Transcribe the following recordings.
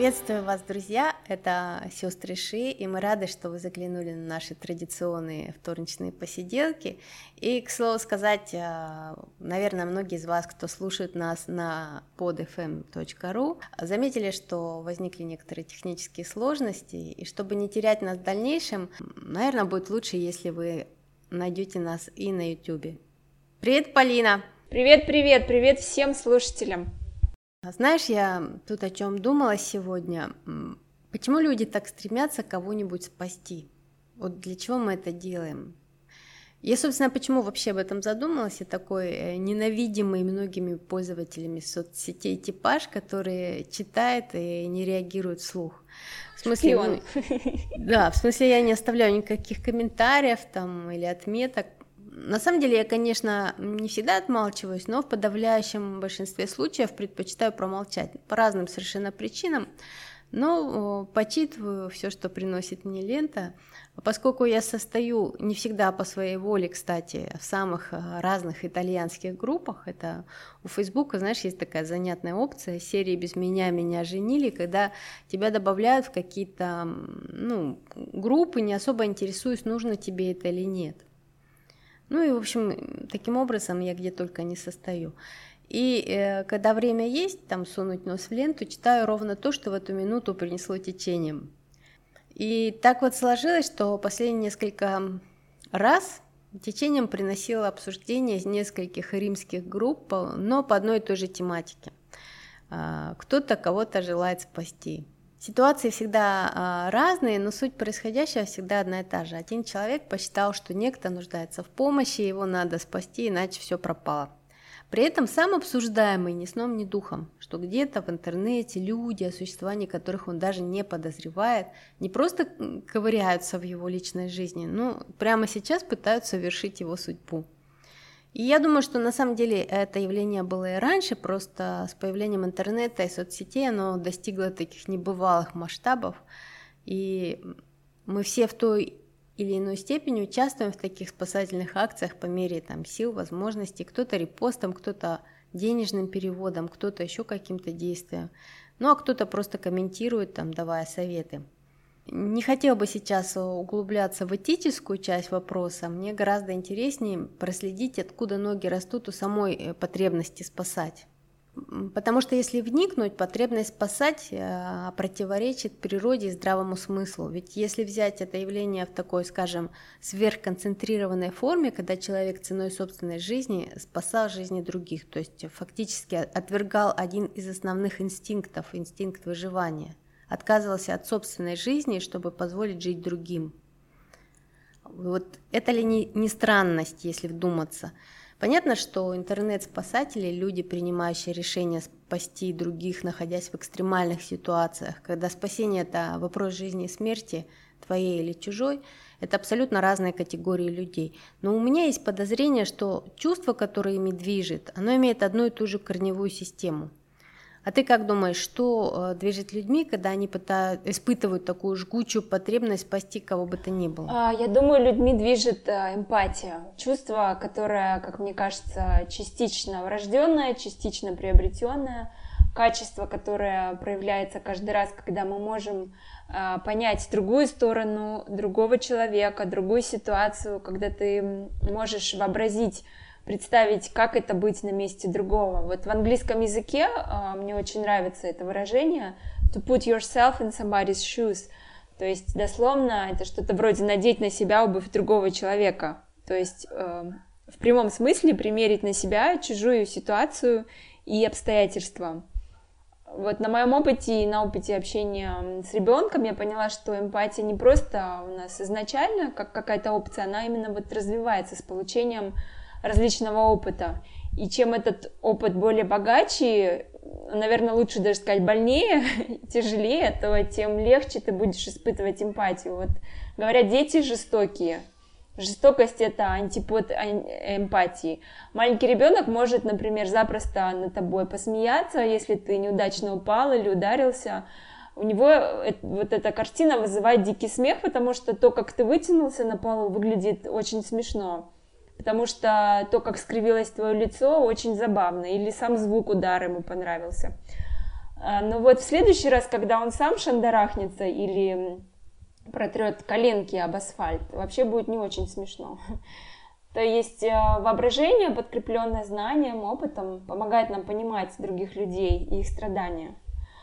Приветствую вас, друзья! Это сестры Ши, и мы рады, что вы заглянули на наши традиционные вторничные посиделки. И, к слову сказать, наверное, многие из вас, кто слушает нас на podfm.ru, заметили, что возникли некоторые технические сложности, и чтобы не терять нас в дальнейшем, наверное, будет лучше, если вы найдете нас и на YouTube. Привет, Полина! Привет всем слушателям! Знаешь, я тут о чем думала сегодня. Почему люди так стремятся кого-нибудь спасти? Вот для чего мы это делаем? Я, собственно, почему вообще об этом задумалась? Я такой ненавидимый многими пользователями соцсетей типаж, который читает и не реагирует вслух. В смысле, да, в смысле я не оставляю никаких комментариев там или отметок. На самом деле я, конечно, не всегда отмалчиваюсь, но в подавляющем большинстве случаев предпочитаю промолчать по разным совершенно причинам, но почитываю все, что приносит мне лента. Поскольку я состою не всегда по своей воле, кстати, в самых разных итальянских группах, это у Фейсбука, знаешь, есть такая занятная опция серии «Без меня меня женили», когда тебя добавляют в какие-то группы, не особо интересуясь, нужно тебе это или нет. Ну и, в общем, таким образом я где только не состою. И когда время есть, там сунуть нос в ленту, читаю ровно то, что в эту минуту принесло течением. И так вот сложилось, что последние несколько раз течением приносило обсуждение из нескольких римских групп, но по одной и той же тематике. Кто-то кого-то желает спасти. Ситуации всегда разные, но суть происходящего всегда одна и та же. Один человек посчитал, что некто нуждается в помощи, его надо спасти, иначе все пропало. При этом сам обсуждаемый ни сном, ни духом, что где-то в интернете люди, о существовании которых он даже не подозревает, не просто ковыряются в его личной жизни, но прямо сейчас пытаются вершить его судьбу. И я думаю, что на самом деле это явление было и раньше, просто с появлением интернета и соцсетей оно достигло таких небывалых масштабов, и мы все в той или иной степени участвуем в таких спасательных акциях по мере сил, возможностей, кто-то репостом, кто-то денежным переводом, кто-то еще каким-то действием, ну а кто-то просто комментирует, давая советы. Не хотела бы сейчас углубляться в этическую часть вопроса, мне гораздо интереснее проследить, откуда ноги растут у самой потребности спасать. Потому что если вникнуть, потребность спасать противоречит природе и здравому смыслу. Ведь если взять это явление в такой, скажем, сверхконцентрированной форме, когда человек ценой собственной жизни спасал жизни других, то есть фактически отвергал один из основных инстинктов, инстинкт выживания, отказывался от собственной жизни, чтобы позволить жить другим. Вот это ли не странность, если вдуматься? Понятно, что интернет-спасатели, люди, принимающие решение спасти других, находясь в экстремальных ситуациях, когда спасение – это вопрос жизни и смерти, твоей или чужой, это абсолютно разные категории людей. Но у меня есть подозрение, что чувство, которое ими движет, оно имеет одну и ту же корневую систему. А ты как думаешь, что движет людьми, когда они испытывают такую жгучую потребность спасти кого бы то ни было? Я думаю, людьми движет эмпатия. Чувство, которое, как мне кажется, частично врожденное, частично приобретенное. Качество, которое проявляется каждый раз, когда мы можем понять другую сторону, другого человека, другую ситуацию, когда ты можешь вообразить, представить, как это быть на месте другого. Вот в английском языке мне очень нравится это выражение to put yourself in somebody's shoes. То есть дословно это что-то вроде надеть на себя обувь другого человека. То есть в прямом смысле примерить на себя чужую ситуацию и обстоятельства. Вот на моем опыте и на опыте общения с ребенком я поняла, что эмпатия не просто у нас изначально как какая-то опция, она именно вот развивается с получением различного опыта. И чем этот опыт более богаче, наверное, лучше даже сказать больнее, тяжелее, то тем легче ты будешь испытывать эмпатию. Вот говорят, дети жестокие. Жестокость – это антипод эмпатии. Маленький ребенок может, например, запросто над тобой посмеяться, если ты неудачно упал или ударился. У него вот эта картина вызывает дикий смех, потому что то, как ты вытянулся на полу, выглядит очень смешно. Потому что то, как скривилось твое лицо, очень забавно. Или сам звук удара ему понравился. Но вот в следующий раз, когда он сам шандарахнется или протрет коленки об асфальт, вообще будет не очень смешно. То есть воображение, подкрепленное знанием, опытом, помогает нам понимать других людей и их страдания.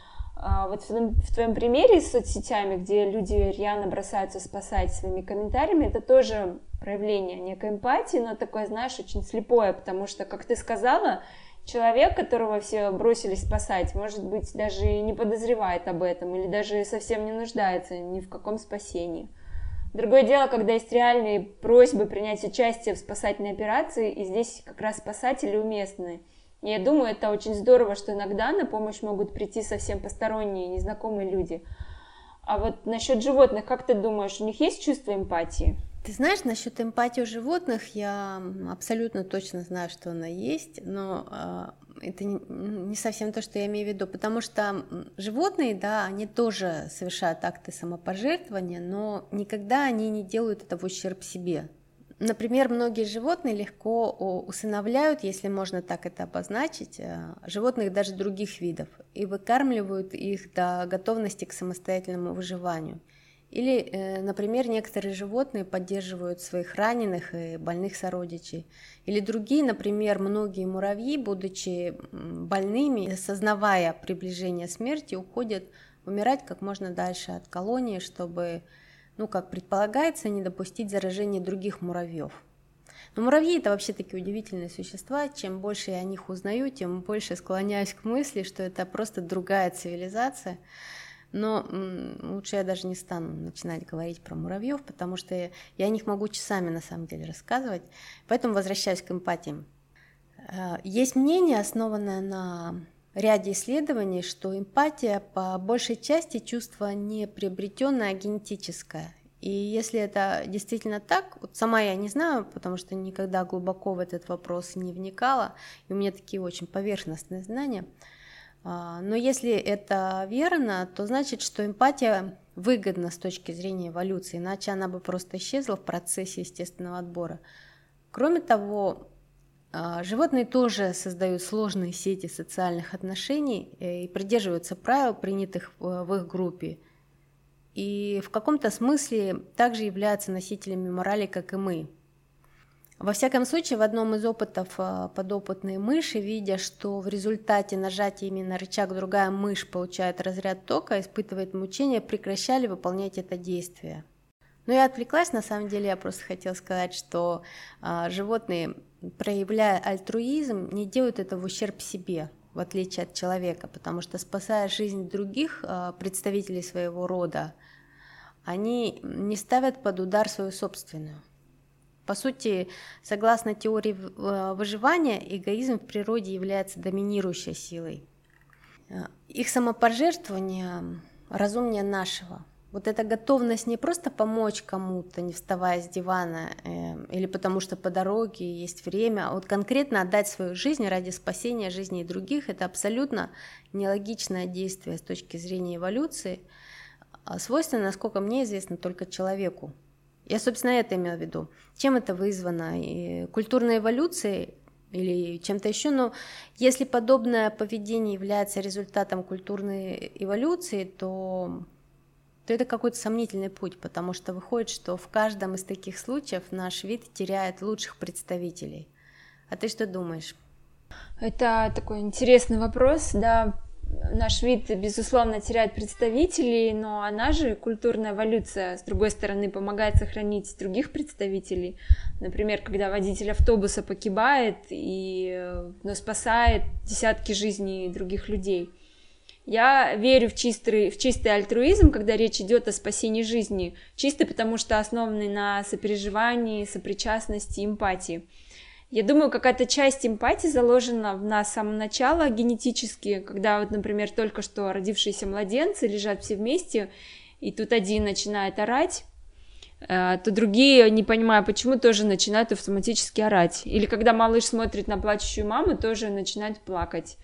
Вот в твоем примере с соцсетями, где люди рьяно бросаются спасать своими комментариями, это тоже проявление некой эмпатии, но такое, знаешь, очень слепое, потому что, как ты сказала, человек, которого все бросились спасать, может быть, даже и не подозревает об этом или даже совсем не нуждается ни в каком спасении. Другое дело, когда есть реальные просьбы принять участие в спасательной операции, и здесь как раз спасатели уместны. И я думаю, это очень здорово, что иногда на помощь могут прийти совсем посторонние, незнакомые люди. А вот насчет животных, как ты думаешь, у них есть чувство эмпатии? Ты знаешь, насчет эмпатии у животных я абсолютно точно знаю, что она есть, но это не совсем то, что я имею в виду, потому что животные, да, они тоже совершают акты самопожертвования, но никогда они не делают это в ущерб себе. Например, многие животные легко усыновляют, если можно так это обозначить, животных даже других видов и выкармливают их до готовности к самостоятельному выживанию. Или, например, некоторые животные поддерживают своих раненых и больных сородичей. Или другие, например, многие муравьи, будучи больными, осознавая приближение смерти, уходят умирать как можно дальше от колонии, чтобы, как предполагается, не допустить заражения других муравьев. Но муравьи – это вообще такие удивительные существа. Чем больше я о них узнаю, тем больше склоняюсь к мысли, что это просто другая цивилизация. Но лучше я даже не стану начинать говорить про муравьев, потому что я о них могу часами на самом деле рассказывать. Поэтому возвращаюсь к эмпатии. Есть мнение, основанное на ряде исследований, что эмпатия по большей части чувство не приобретенное, а генетическое. И если это действительно так, вот сама я не знаю, потому что никогда глубоко в этот вопрос не вникала, и у меня такие очень поверхностные знания. Но если это верно, то значит, что эмпатия выгодна с точки зрения эволюции, иначе она бы просто исчезла в процессе естественного отбора. Кроме того, животные тоже создают сложные сети социальных отношений и придерживаются правил, принятых в их группе, и в каком-то смысле также являются носителями морали, как и мы. Во всяком случае, в одном из опытов подопытные мыши, видя, что в результате нажатия ими на рычаг другая мышь получает разряд тока, испытывает мучения, прекращали выполнять это действие. Но я отвлеклась, на самом деле я просто хотела сказать, что животные, проявляя альтруизм, не делают это в ущерб себе, в отличие от человека, потому что, спасая жизнь других представителей своего рода, они не ставят под удар свою собственную. По сути, согласно теории выживания, эгоизм в природе является доминирующей силой. Их самопожертвование разумнее нашего. Вот эта готовность не просто помочь кому-то, не вставая с дивана, или потому что по дороге есть время, а вот конкретно отдать свою жизнь ради спасения жизни других, это абсолютно нелогичное действие с точки зрения эволюции, свойственно, насколько мне известно, только человеку. Я, собственно, это имела в виду. Чем это вызвано? Культурной эволюцией или чем-то еще? Но если подобное поведение является результатом культурной эволюции, то это какой-то сомнительный путь, потому что выходит, что в каждом из таких случаев наш вид теряет лучших представителей. А ты что думаешь? Это такой интересный вопрос, да. Наш вид, безусловно, теряет представителей, но она же, культурная эволюция, с другой стороны, помогает сохранить других представителей. Например, когда водитель автобуса погибает, но спасает десятки жизней других людей. Я верю в чистый альтруизм, когда речь идет о спасении жизни. Чистый, потому что основанный на сопереживании, сопричастности, эмпатии. Я думаю, какая-то часть эмпатии заложена в нас с самого начала генетически, когда вот, например, только что родившиеся младенцы лежат все вместе, и тут один начинает орать, то другие, не понимая почему, тоже начинают автоматически орать. Или когда малыш смотрит на плачущую маму, тоже начинает плакать.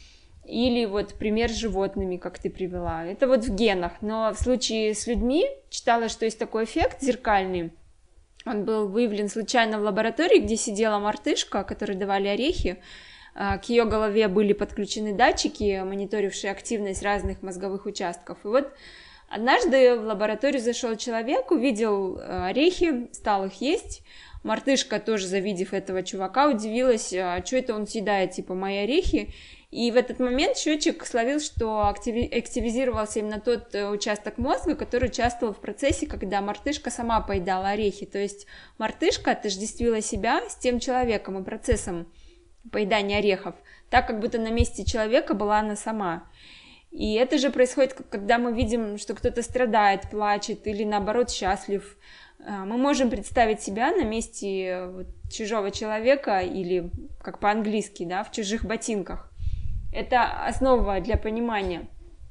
Или вот пример с животными, как ты привела. Это вот в генах. Но в случае с людьми читала, что есть такой эффект зеркальный. Он был выявлен случайно в лаборатории, где сидела мартышка, которой давали орехи. к ее голове были подключены датчики, мониторившие активность разных мозговых участков. И вот однажды в лабораторию зашел человек, увидел орехи, стал их есть. Мартышка, тоже завидев этого чувака, удивилась, что это он съедает, типа, мои орехи. И в этот момент счетчик словил, что активизировался именно тот участок мозга, который участвовал в процессе, когда мартышка сама поедала орехи. То есть мартышка отождествила себя с тем человеком и процессом поедания орехов, так как будто на месте человека была она сама. И это же происходит, когда мы видим, что кто-то страдает, плачет или наоборот счастлив. Мы можем представить себя на месте чужого человека или, как по-английски, да, в чужих ботинках. Это основа для понимания.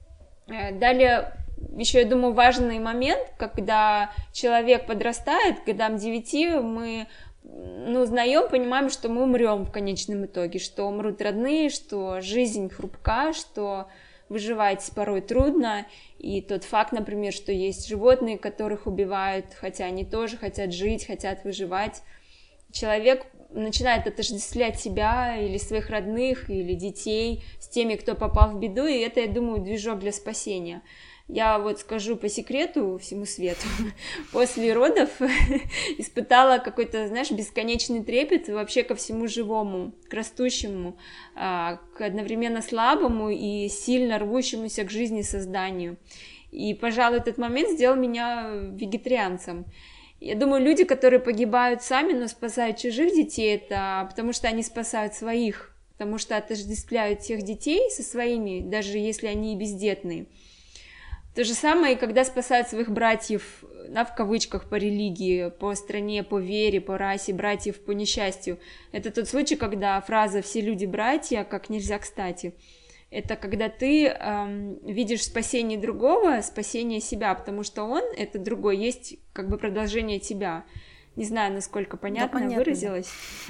Далее, еще, я думаю, важный момент, когда человек подрастает, к годам 9, мы узнаем, понимаем, что мы умрем в конечном итоге, что умрут родные, что жизнь хрупка, что выживать порой трудно, и тот факт, например, что есть животные, которых убивают, хотя они тоже хотят жить, хотят выживать. Человек начинает отождествлять себя или своих родных, или детей с теми, кто попал в беду, и это, я думаю, движок для спасения. Я вот скажу по секрету всему свету, после родов испытала какой-то, знаешь, бесконечный трепет вообще ко всему живому, к растущему, к одновременно слабому и сильно рвущемуся к жизни созданию. И, пожалуй, этот момент сделал меня вегетарианцем. Я думаю, люди, которые погибают сами, но спасают чужих детей, это потому что они спасают своих, потому что отождествляют тех детей со своими, даже если они и бездетные. То же самое, когда спасают своих братьев, да, в кавычках, по религии, по стране, по вере, по расе, братьев по несчастью. Это тот случай, когда фраза «все люди братья» как нельзя кстати. Это когда ты видишь спасение другого, спасение себя, потому что он, это другой, есть как бы продолжение тебя. Не знаю, насколько понятно выразилась.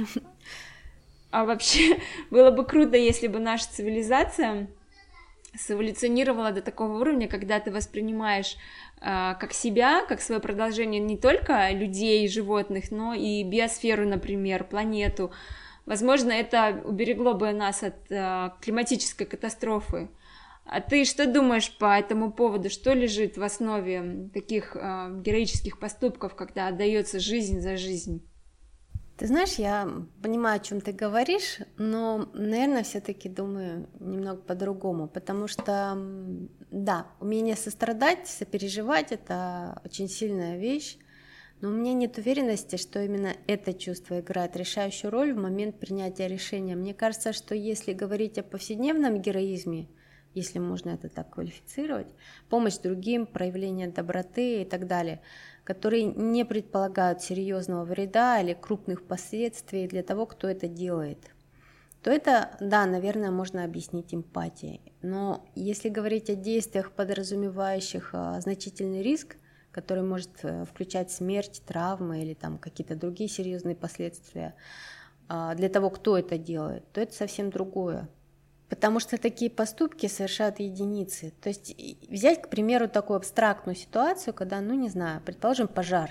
А вообще было бы круто, если бы наша цивилизация сэволюционировала до такого уровня, когда ты воспринимаешь как себя, как свое продолжение не только людей, животных, но и биосферу, например, планету. Возможно, это уберегло бы нас от климатической катастрофы. А ты что думаешь по этому поводу? Что лежит в основе таких героических поступков, когда отдается жизнь за жизнь? Ты знаешь, я понимаю, о чем ты говоришь, но, наверное, все-таки думаю немного по-другому, потому что, да, умение сострадать, сопереживать — это очень сильная вещь, но у меня нет уверенности, что именно это чувство играет решающую роль в момент принятия решения. Мне кажется, что если говорить о повседневном героизме, если можно это так квалифицировать, помощь другим, проявление доброты и так далее, которые не предполагают серьезного вреда или крупных последствий для того, кто это делает, то это, да, наверное, можно объяснить эмпатией. Но если говорить о действиях, подразумевающих значительный риск, который может включать смерть, травмы или там какие-то другие серьезные последствия для того, кто это делает, то это совсем другое. Потому что такие поступки совершают единицы. То есть взять, к примеру, такую абстрактную ситуацию, когда, ну не знаю, предположим, пожар.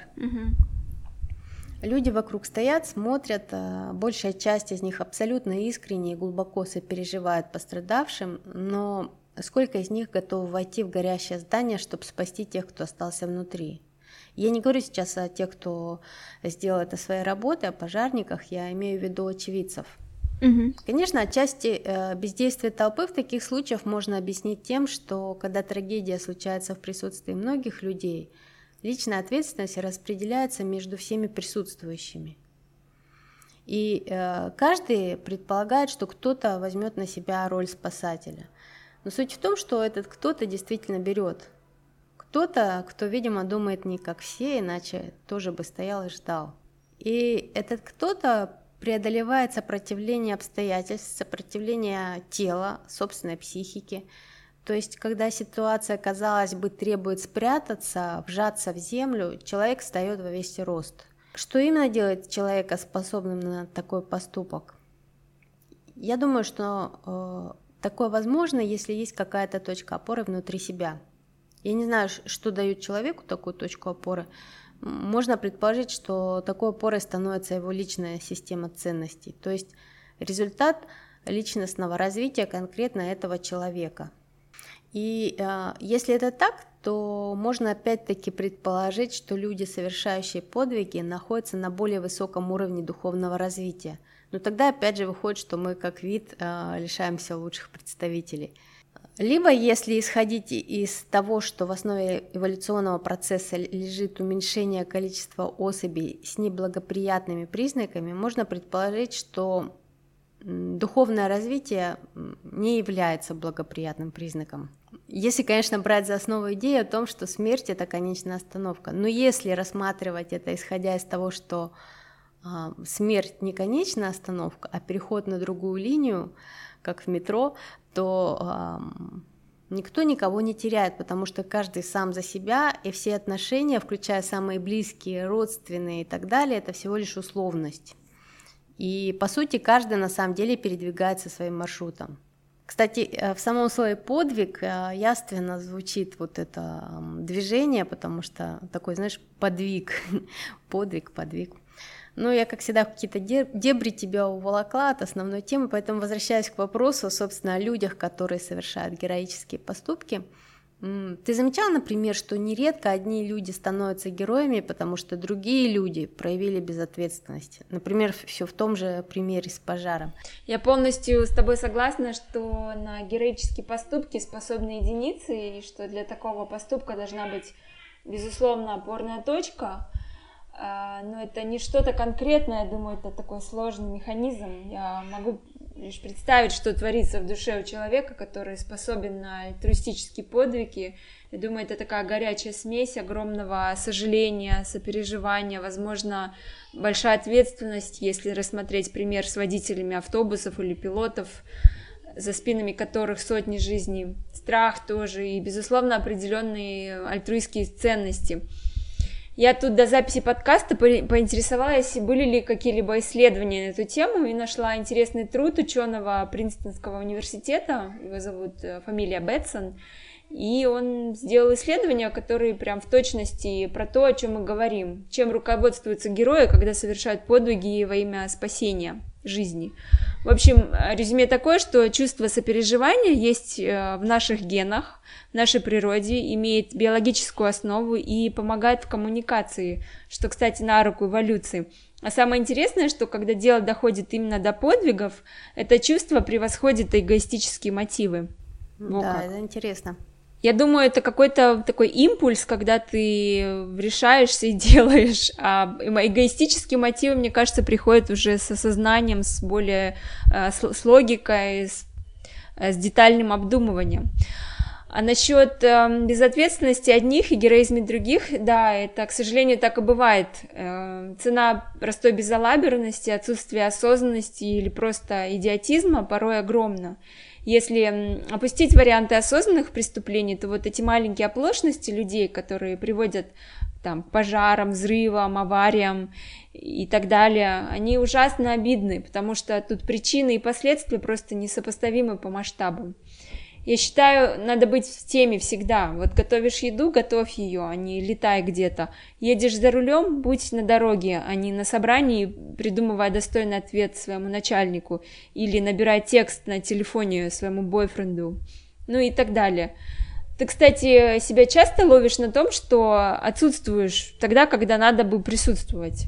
Люди вокруг стоят, смотрят, большая часть из них абсолютно искренне и глубоко сопереживает пострадавшим, но сколько из них готовы войти в горящее здание, чтобы спасти тех, кто остался внутри? Я не говорю сейчас о тех, кто сделал это своей работой, о пожарниках, я имею в виду очевидцев. Конечно, отчасти бездействие толпы в таких случаях можно объяснить тем, что когда трагедия случается в присутствии многих людей, личная ответственность распределяется между всеми присутствующими. И каждый предполагает, что кто-то возьмет на себя роль спасателя. Но суть в том, что этот кто-то действительно берет. Кто-то, кто, видимо, думает не как все, иначе тоже бы стоял и ждал. И этот кто-то преодолевает сопротивление обстоятельств, сопротивление тела, собственной психики. То есть, когда ситуация, казалось бы, требует спрятаться, вжаться в землю, человек встает во весь рост. Что именно делает человека способным на такой поступок? Я думаю, что такое возможно, если есть какая-то точка опоры внутри себя. Я не знаю, что дает человеку такую точку опоры. Можно предположить, что такой опорой становится его личная система ценностей. То есть результат личностного развития конкретно этого человека. И если это так, то можно опять-таки предположить, что люди, совершающие подвиги, находятся на более высоком уровне духовного развития. Но тогда опять же выходит, что мы как вид лишаемся лучших представителей. Либо, если исходить из того, что в основе эволюционного процесса лежит уменьшение количества особей с неблагоприятными признаками, можно предположить, что духовное развитие не является благоприятным признаком. Если, конечно, брать за основу идею о том, что смерть – это конечная остановка. Но если рассматривать это, исходя из того, что смерть не конечная остановка, а переход на другую линию, как в метро, то никто никого не теряет, потому что каждый сам за себя, и все отношения, включая самые близкие, родственные и так далее, это всего лишь условность. И, по сути, каждый на самом деле передвигается своим маршрутом. Кстати, в самом слове «подвиг» явственно звучит вот это движение, потому что такой, знаешь, подвиг, подвиг, подвиг. Ну, я, как всегда, в какие-то дебри тебя уволокла от основной темы, поэтому возвращаясь к вопросу, собственно, о людях, которые совершают героические поступки. Ты замечал, например, что нередко одни люди становятся героями, потому что другие люди проявили безответственность? Например, все в том же примере с пожаром. Я полностью с тобой согласна, что на героические поступки способны единицы, и что для такого поступка должна быть, безусловно, опорная точка. Но это не что-то конкретное, я думаю, это такой сложный механизм. Я могу лишь представить, что творится в душе у человека, который способен на альтруистические подвиги. Я думаю, это такая горячая смесь огромного сожаления, сопереживания, возможно, большая ответственность, если рассмотреть пример с водителями автобусов или пилотов, за спинами которых сотни жизней, страх тоже и, безусловно, определенные альтруистские ценности. Я тут до записи подкаста поинтересовалась, были ли какие-либо исследования на эту тему, и нашла интересный труд ученого Принстонского университета, его зовут фамилия Бэтсон, и он сделал исследования, которые прям в точности про то, о чем мы говорим, чем руководствуются герои, когда совершают подвиги во имя спасения жизни. В общем, резюме такое, что чувство сопереживания есть в наших генах, в нашей природе, имеет биологическую основу и помогает в коммуникации, что, кстати, на руку эволюции. А самое интересное, что когда дело доходит именно до подвигов, это чувство превосходит эгоистические мотивы. Да, это интересно. Я думаю, это какой-то такой импульс, когда ты решаешься и делаешь, а эгоистические мотивы, мне кажется, приходят уже с осознанием, с более, с логикой, с детальным обдумыванием. А насчет безответственности одних и героизма других, да, это, к сожалению, так и бывает. Цена простой безалаберности, отсутствия осознанности или просто идиотизма порой огромна. Если опустить варианты осознанных преступлений, то вот эти маленькие оплошности людей, которые приводят там, к пожарам, взрывам, авариям и так далее, они ужасно обидны, потому что тут причины и последствия просто несопоставимы по масштабу. Я считаю, надо быть в теме всегда. Вот готовишь еду, готовь ее, а не летай где-то. Едешь за рулем, будь на дороге, а не на собрании, придумывая достойный ответ своему начальнику или набирай текст на телефоне своему бойфренду, ну и так далее. Ты, кстати, себя часто ловишь на том, что отсутствуешь тогда, когда надо бы присутствовать?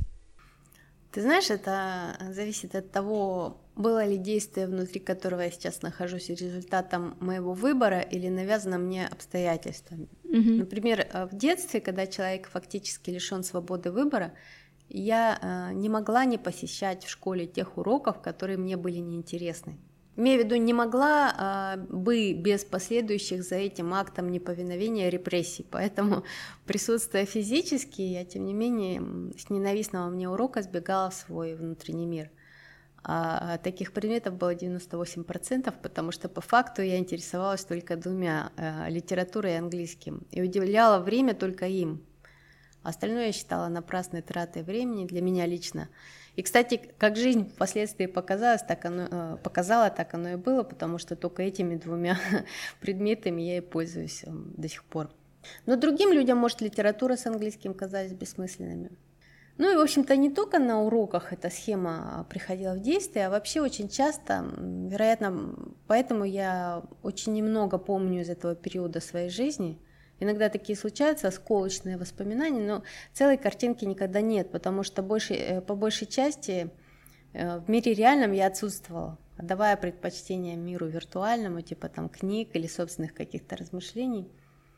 Ты знаешь, это зависит от того, было ли действие, внутри которого я сейчас нахожусь, результатом моего выбора или навязано мне обстоятельствами. Например, в детстве, когда человек фактически лишен свободы выбора, я не могла не посещать в школе тех уроков, которые мне были неинтересны. Имею в виду, не могла бы без последующих за этим актом неповиновения репрессий, поэтому, присутствуя физически, я, тем не менее, с ненавистного мне урока сбегала в свой внутренний мир. А таких предметов было 98%, потому что по факту я интересовалась только двумя – литературой и английским, и уделяла время только им. Остальное я считала напрасной тратой времени для меня лично. И, кстати, как жизнь впоследствии показала, так оно и было, потому что только этими двумя предметами я и пользуюсь до сих пор. Но другим людям, может, литература с английским казались бессмысленными. Ну и, в общем-то, не только на уроках эта схема приходила в действие, а вообще очень часто, вероятно, поэтому я очень немного помню из этого периода своей жизни. Иногда такие случаются, осколочные воспоминания, но целой картинки никогда нет, потому что по большей части в мире реальном я отсутствовала, отдавая предпочтение миру виртуальному, типа там книг или собственных каких-то размышлений.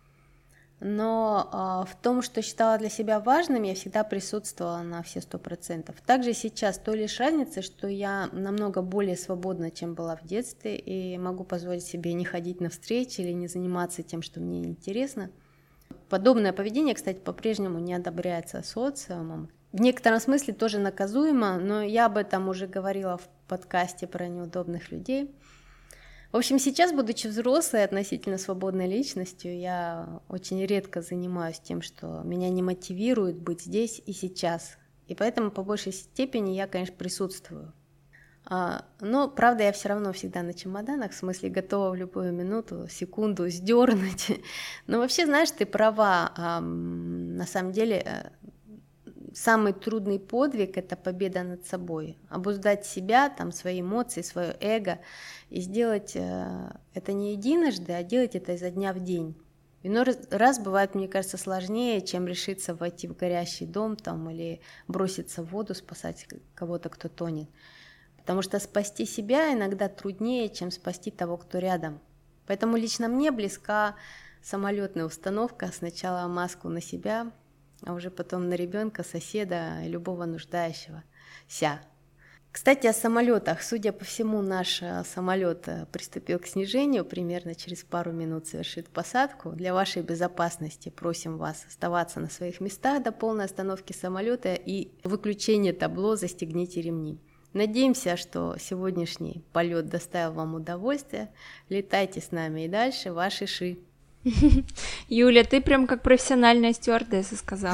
Но в том, что считала для себя важным, я всегда присутствовала на все 100%. Также сейчас той лишь разница, что я намного более свободна, чем была в детстве, и могу позволить себе не ходить на встречи или не заниматься тем, что мне интересно. Подобное поведение, кстати, по-прежнему не одобряется социумом. В некотором смысле тоже наказуемо, но я об этом уже говорила в подкасте про неудобных людей. В общем, сейчас, будучи взрослой, относительно свободной личностью, я очень редко занимаюсь тем, что меня не мотивирует быть здесь и сейчас. И поэтому по большей степени я, конечно, присутствую. Но, правда, я все равно всегда на чемоданах, в смысле готова в любую минуту, секунду сдернуть. Но вообще, знаешь, ты права. На самом деле, самый трудный подвиг – это победа над собой. Обуздать себя, там, свои эмоции, свое эго – и сделать это не единожды, а делать это изо дня в день. Иной раз бывает, мне кажется, сложнее, чем решиться войти в горящий дом там, или броситься в воду, спасать кого-то, кто тонет. Потому что спасти себя иногда труднее, чем спасти того, кто рядом. Поэтому лично мне близка самолетная установка: сначала маску на себя, а уже потом на ребенка, соседа, любого нуждающегося. Кстати, о самолетах. Судя по всему, наш самолет приступил к снижению, примерно через пару минут совершит посадку. Для вашей безопасности просим вас оставаться на своих местах до полной остановки самолета и выключения табло «Застегните ремни». Надеемся, что сегодняшний полет доставил вам удовольствие. Летайте с нами и дальше, ваши Ши. Юля, ты прям как профессиональная стюардесса сказала.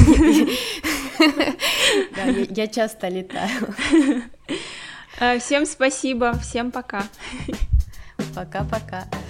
Да, я часто летаю. Всем спасибо, всем пока. Пока-пока.